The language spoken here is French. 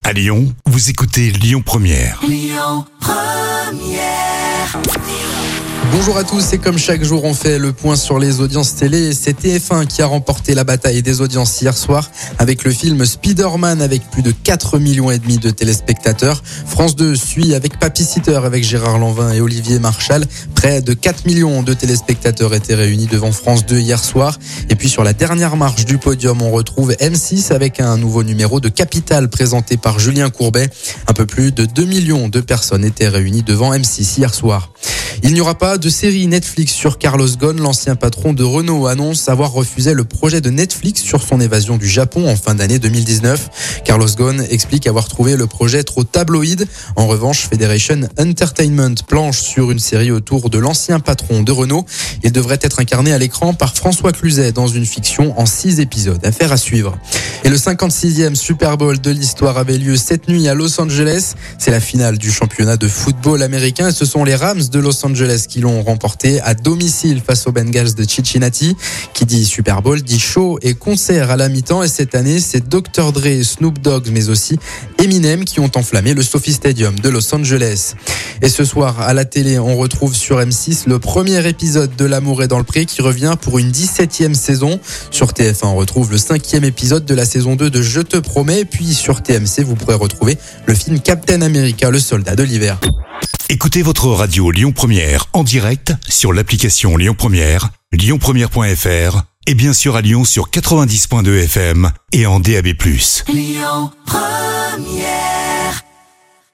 À Lyon, vous écoutez Lyon Première. Lyon Première. Bonjour à tous, et comme chaque jour on fait le point sur les audiences télé, c'est TF1 qui a remporté la bataille des audiences hier soir avec le film Spider-Man avec plus de 4,5 millions de téléspectateurs. France 2 suit avec Baby-Sitter avec Gérard Lanvin et Olivier Marchal. Près de 4 millions de téléspectateurs étaient réunis devant France 2 hier soir. Et puis sur la dernière marche du podium, on retrouve M6 avec un nouveau numéro de Capital présenté par Julien Courbet. Un peu plus de 2 millions de personnes étaient réunies devant M6 hier soir. Il n'y aura pas de série Netflix sur Carlos Ghosn. L'ancien patron de Renault annonce avoir refusé le projet de Netflix sur son évasion du Japon en fin d'année 2019. Carlos Ghosn explique avoir trouvé le projet trop tabloïd. En revanche, Federation Entertainment planche sur une série autour de l'ancien patron de Renault. Il devrait être incarné à l'écran par François Cluzet dans une fiction en 6 épisodes. Affaire à suivre. Et le 56e Super Bowl de l'histoire avait lieu cette nuit à Los Angeles. C'est la finale du championnat de football américain et ce sont les Rams de Los Angeles qui l'ont remporté à domicile face aux Bengals de Cincinnati. Qui dit Super Bowl dit show et concert à la mi-temps, et cette année c'est Dr Dre, Snoop Dogg mais aussi Eminem qui ont enflammé le SoFi Stadium de Los Angeles. Et ce soir à la télé on retrouve sur M6 le premier épisode de L'amour est dans le pré qui revient pour une 17e saison. Sur TF1 on retrouve le 5e épisode de la saison 2 de Je te promets, puis sur TMC vous pourrez retrouver le film Captain America, le soldat de l'hiver. Écoutez votre radio Lyon Première en direct sur l'application Lyon Première, lyonpremière.fr et bien sûr à Lyon sur 90.2 FM et en DAB+. Lyon Première.